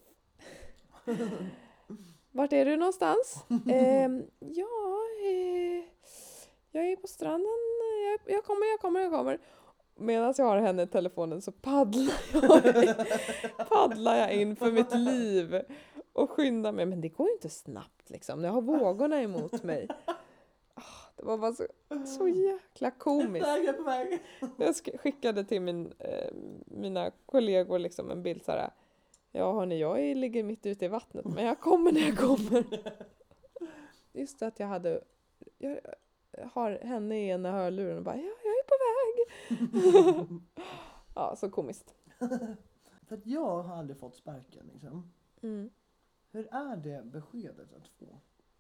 Vart är du någonstans? ehm, ja, eh, jag är på stranden. Jag, jag kommer, jag kommer, jag kommer. Medan jag har henne i telefonen så paddlar jag, paddlar jag in för mitt liv. Och skyndar mig. Men det går ju inte snabbt liksom. Jag har vågorna emot mig. Ah, det var bara så, så jäkla komiskt. Jag är på väg. Jag sk- skickade till min, eh, mina kollegor liksom en bild så här. Ja hörni, jag är, ligger mitt ute i vattnet. Men jag kommer när jag kommer. Just det att jag hade... Jag har henne i ena hörluren och bara, ja jag är på väg. Ja, så komiskt. För att jag har aldrig fått sparken liksom. Mm. Hur är det beskedet att få?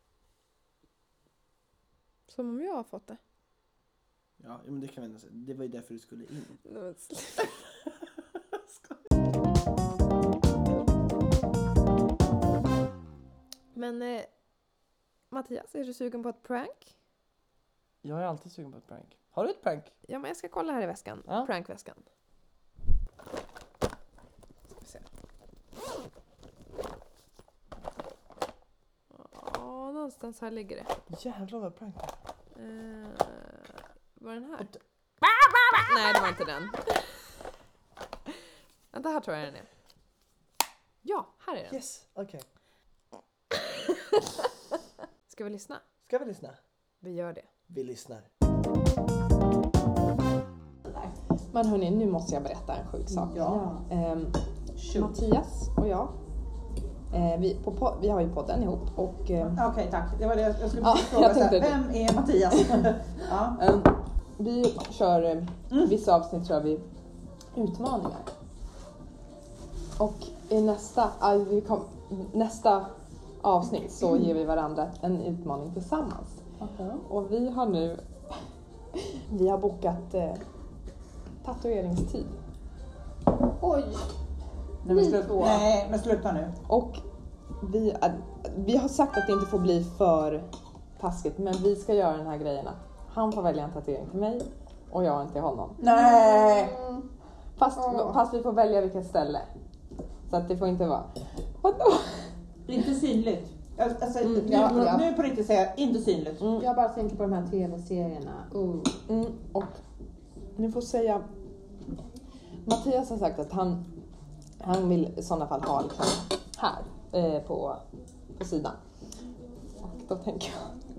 Som om jag har fått det. Ja, men det kan vi ändå säga. Det var ju därför du skulle in. Nej, men sluta. Men eh, Mattias, är du sugen på ett prank? Jag är alltid sugen på ett prank. Har du ett prank? Ja, men jag ska kolla här i väskan. Ja. Prankväskan. Ska vi se. Ja, någonstans här ligger det. Jävlar vad prank. Eh, var den här? Nej, det var inte den. Vänta, här tror jag den är. Ja, här är den. Yes, okej. Ska vi lyssna? Ska vi lyssna? Vi gör det. Vi lyssnar. Men hörni, nu måste jag berätta en sjuk sak. Ja. Ehm, Mattias och jag, eh, vi, på, po- vi har ju podden ihop och... Eh, Okej, okay, tack. Det var det jag skulle Ja, fråga. jag Så här, tänkte- vem är Mattias? Ja. ehm, vi kör, eh, vissa avsnitt kör vi utmaningar. Och i nästa, alltså vi kom, nästa avsnitt så ger vi varandra en utmaning tillsammans. Okay. Och vi har nu, vi har bokat eh, tatueringstid. Oj! Nej men, sluta, nej, men sluta nu. Och vi, är, vi har sagt att det inte får bli för taskigt, men vi ska göra den här grejen att han får välja en tatuering till mig och jag inte till honom. Nej! Fast, Åh. fast vi får välja vilket ställe. Så att det får inte vara... Vadå? Inte synligt. Alltså, Mm, nu, ja, ja. nu på riktigt säger jag inte synligt. Mm. Jag bara tänker på de här tv-serierna. Uh. Mm, och nu får säga... Mattias har sagt att han, han vill i sådana fall ha liksom här eh, på, på sidan. Och då tänker jag...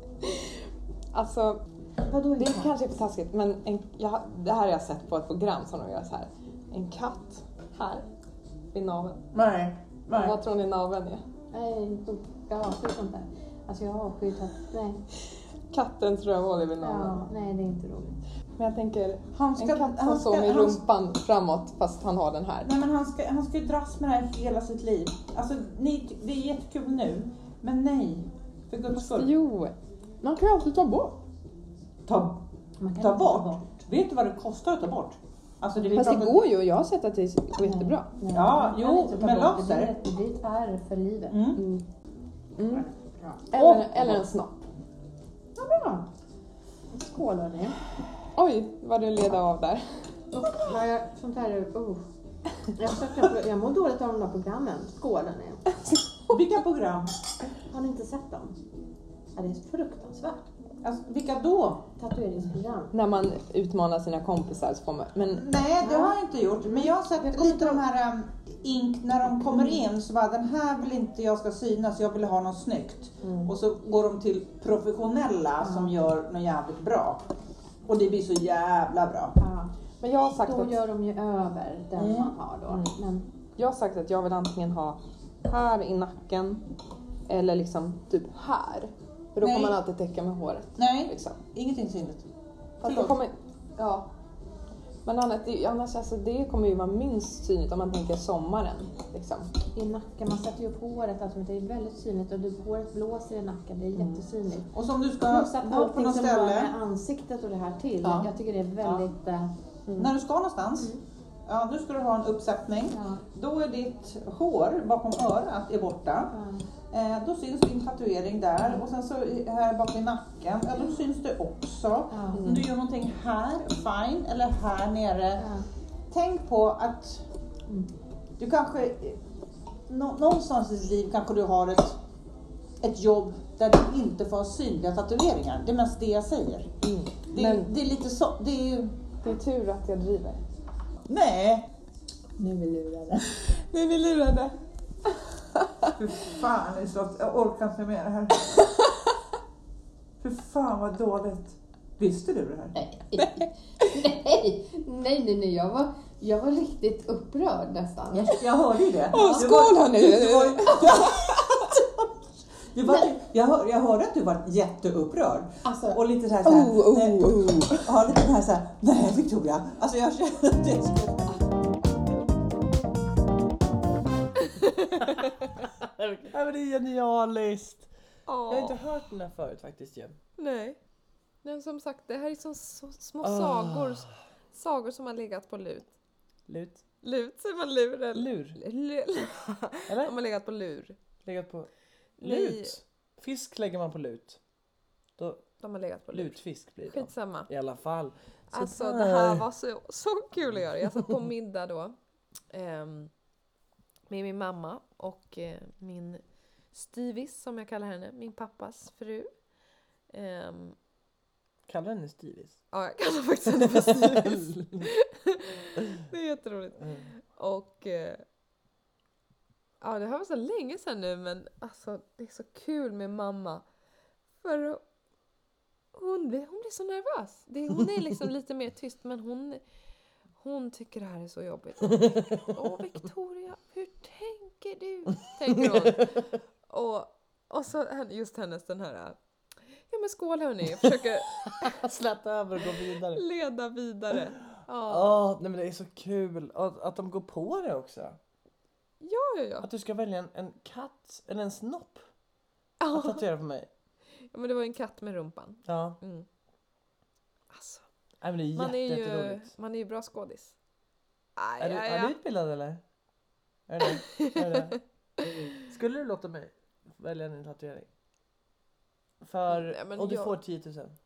Alltså... Vadå Det är kanske är för taskigt, men en, jag, det här har jag sett på ett program som de gör så här. En katt här vid naveln. Nej. Nej. Vad tror ni naveln är? Nej, jag avskyr sånt där. Alltså jag avskyr att... Nej. Kattens rövhål är vid naveln. Ja, nej, det är inte roligt. Men jag tänker, Han ska, en katt som han står ska, med han, rumpan framåt fast han har den här. nej men han ska, han ska ju dras med det här hela sitt liv. Alltså ni, det är jättekul nu. Men nej. För guds skull. Jo, man kan ju alltid ta bort. Ta, Man kan ta inte bort. Vet du vad det kostar att ta bort? Alltså det vi Fast det pratar- går ju och jag har sett att det går jättebra. Nej, Ja, man kan jo, inte ta men bort laser. Det blir ett- det blir ett ärr för livet. Mm. Mm. Mm. Bra. Eller, Åh. eller en snopp. Ja, bra. Skål hörni. Oj, vad du leder av där. Usch, nej, jag- sånt här är... Uh. Jag, försöker, jag mår dåligt av de där programmen. Skål hörni. Vilka program? Har ni inte sett dem? Ja, det är fruktansvärt. Alltså, vilka då? Tatueringsprogram. När man utmanar sina kompisar så får man... Men Nej, det har jag inte gjort. Men jag har sett Jag kommer lite de här um, ink när de kommer in. Så bara, den här vill inte jag ska synas. Jag vill ha något snyggt. Mm. Och så går de till professionella som gör något jävligt bra. Och det blir så jävla bra. Ja. Men jag har sagt Då att, gör de ju över den Mm. man har då. Mm. Men jag har sagt att jag vill antingen ha här i nacken eller liksom typ här. För då Nej. kommer man alltid täcka med håret. Nej, Liksom. ingenting synligt. Fast Förlåt. det kommer... Ja. Men annars, det, annars alltså, det kommer ju vara minst synligt om man tänker sommaren. Liksom. i nacken, man sätter ju upp håret, alltså det är väldigt synligt och du, håret blåser i nacken, det är Mm. jättesynligt. Och som du ska Plus att gå på allting något som rör ställe. med ansiktet och det här till, Ja. jag tycker det är väldigt... eh, Mm. När du ska någonstans. Ja, nu ska du ha en uppsättning. Ja. Då är ditt hår bakom örat är borta. Ja. Eh, då syns din tatuering där. Och sen så här bak i nacken, ja då syns det också. Ja. Om du gör någonting här, fine. Eller här nere. Ja. Tänk på att Mm. du kanske, nå- någonstans i ditt liv kanske du har ett, ett jobb där du inte får ha synliga tatueringar. Det är mest det jag säger. Mm. Det, Men det är lite så, det är ju, det är tur att jag driver. nej. Nu är vi lurade. Nu är vi lurade. Fy fan, det är så, jag orkar inte med det här. Fy fan vad dåligt. Visste du det här? Nej, nej, nej, nej, nej. Jag var, jag var riktigt upprörd nästan. Jag, jag hörde ju det. Åh, Det skål var- hörni! det var- det var, jag, hör, jag hörde att du var jätteupprörd. Alltså, Och lite så här, så här Oh, oh, nej, oh. ja, lite den här så här, nej Victoria. Alltså jag kände att det skulle... Ja, men det är genialiskt. Jag har Åh, inte hört den här förut faktiskt ju. nej. Men som sagt, det här är så, så små Ah. sagor. Sagor som har legat på lut. Lut. Lut, säger man lur? Eller? Lur. Lur. Eller? De har legat på lur. Legat på... Lut. Fisk lägger man på lut. Då, De har legat på lut. lutfisk blir det. Skitsamma. I alla fall. Så Alltså där. det här var så, så kul att göra. Jag satt på middag då. ehm, med min mamma och eh, min stivis som jag kallar henne. Min pappas fru. Ehm, Kallar den stivis? ja, jag kallar faktiskt henne för stivis. Det är jätteroligt. Mm. Och eh, ja, det här var så länge sedan nu, men alltså det är så kul med mamma. För hon blir, hon blir så nervös. Det, hon är liksom lite mer tyst, men hon, hon tycker det här är så jobbigt. Åh Victoria, hur tänker du? Tänker hon. Och, och så just hennes den här, ja men skål hörni, jag försöker Släta över och gå vidare. leda vidare. Ja, Ja, nej men det är så kul att, att de går på det också. ja, ja. ja. Att du ska välja en, en katt eller en snopp Ja. att tatuera på mig. Ja, men det var en katt med rumpan. Ja, Mm. Alltså, nej, men det är man är jätte, ju, jätteroligt. man är ju bra skådis. Aj, Är du, aj, är du aj. utbildad eller? Är det? Är det? Skulle du låta mig välja en tatuering? För, Nej, men och du jag- får tio tusen.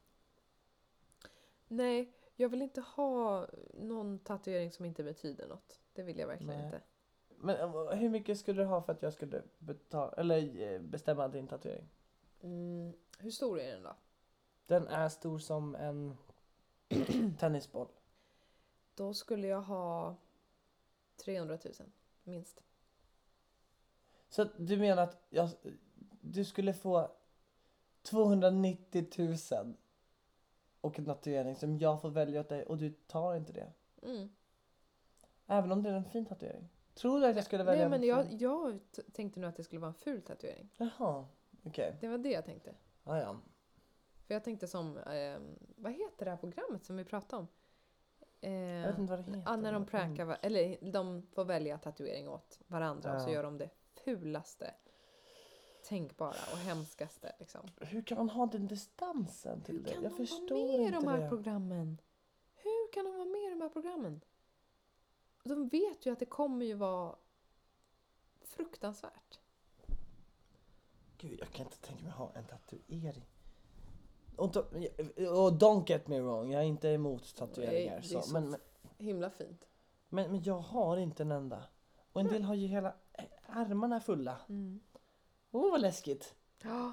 Nej, jag vill inte ha någon tatuering som inte betyder något. Det vill jag verkligen Nej. inte. Men eh, hur mycket skulle du ha för att jag skulle betala, eller eh, bestämma din tatuering? Mm. Hur stor är den då? Den är stor som en tennisboll. Då skulle jag ha trehundratusen, minst. Så att du menar att jag, du skulle få tvåhundranittio tusen och en tatuering som jag får välja åt dig och du tar inte det? Mm. Även om det är en fin tatuering? Tror du att jag skulle välja Nej, men en jag, fin? jag t- tänkte nu att det skulle vara en ful tatuering. Jaha, okej. Det var det jag tänkte. Ah, ja. För jag tänkte som, eh, vad heter det här programmet som vi pratade om? Eh, Jag vet inte vad det heter. Ja, när de prankar, va- eller de får välja tatuering åt varandra och så Ja. gör de det fulaste, tänkbara och hemskaste liksom. Hur kan man ha den distansen till Hur det? kan Jag de förstår vara med i inte de här det. programmen? Hur kan de vara med i de här programmen? Och de vet ju att det kommer ju vara fruktansvärt. Gud, jag kan inte tänka mig ha en tatuering. Och, då, och don't get me wrong, jag är inte emot tatueringar. Nej, det är så, så men, men, Himla fint. men, men jag har inte en enda. Och en del har ju hela armarna fulla. Mm. Åh, oh, vad läskigt. Ja,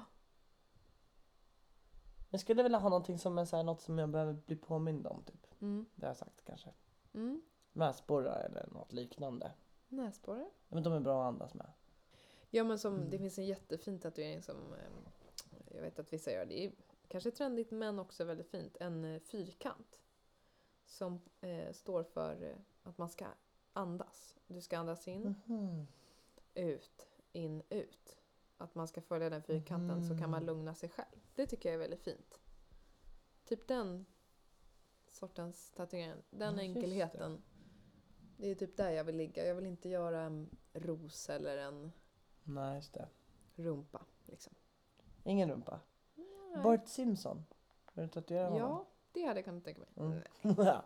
Jag skulle vilja ha någonting som är så här, något som jag behöver bli påmind om, typ. mm. Det har jag sagt kanske. Mm. Näsborrar eller något liknande. Näsborre. Men de är bra att andas med. Ja, men som, Mm. det finns en jättefin tatuering som eh, jag vet att vissa gör. Det är kanske trendigt men också väldigt fint. En eh, fyrkant som eh, står för eh, att man ska andas. Du ska andas in, Mhm. ut, in, ut. Att man ska följa den fyrkanten så kan man Mhm. lugna sig själv. Det tycker jag är väldigt fint. Typ den sortens tatuering. Den Ja, just enkelheten. Det är typ där jag vill ligga. Jag vill inte göra en ros eller en Nej, just det. rumpa. Liksom. Ingen rumpa. Nej. Bart Simpson. Vill du tatuera honom? Ja, det hade jag kunnat tänka mig. Mm. Nej.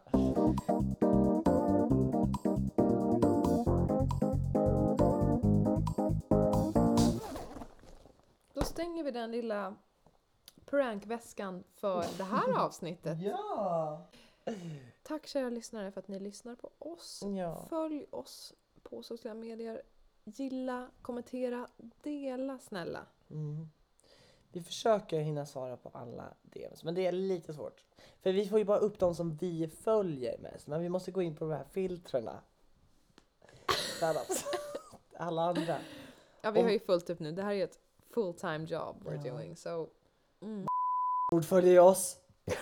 Då stänger vi den lilla prankväskan för det här avsnittet. Ja! Tack kära lyssnare för att ni lyssnar på oss. Ja. Följ oss på sociala medier. Gilla, kommentera, dela snälla. Mm. Vi försöker hinna svara på alla D Ms, men det är lite svårt. För vi får ju bara upp de som vi följer mest, men vi måste gå in på de här filtrerna. För att alla andra. Ja, vi Om- har ju fullt upp nu. Det här är ju ett full-time job we're Ja. doing. So, mm. Ord följer oss.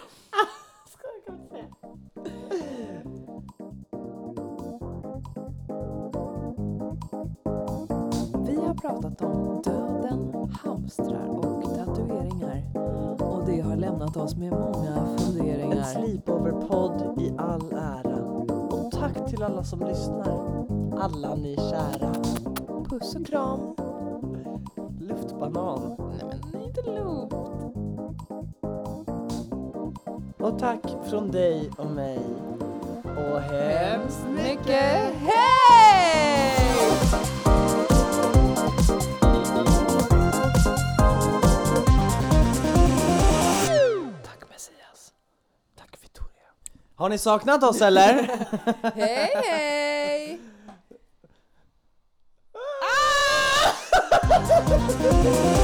Vi har pratat om döden, hamstrar och tatueringar. Och det har lämnat oss med många En funderingar. sleepover-podd i all ära. Och tack till alla som lyssnar. Alla ni kära. Puss och kram. Luftbanan. Nej men nej, inte lugnt. Och tack från dig och mig. Och hemskt mycket hej! Har ni saknat oss eller? Hej hej! Ah!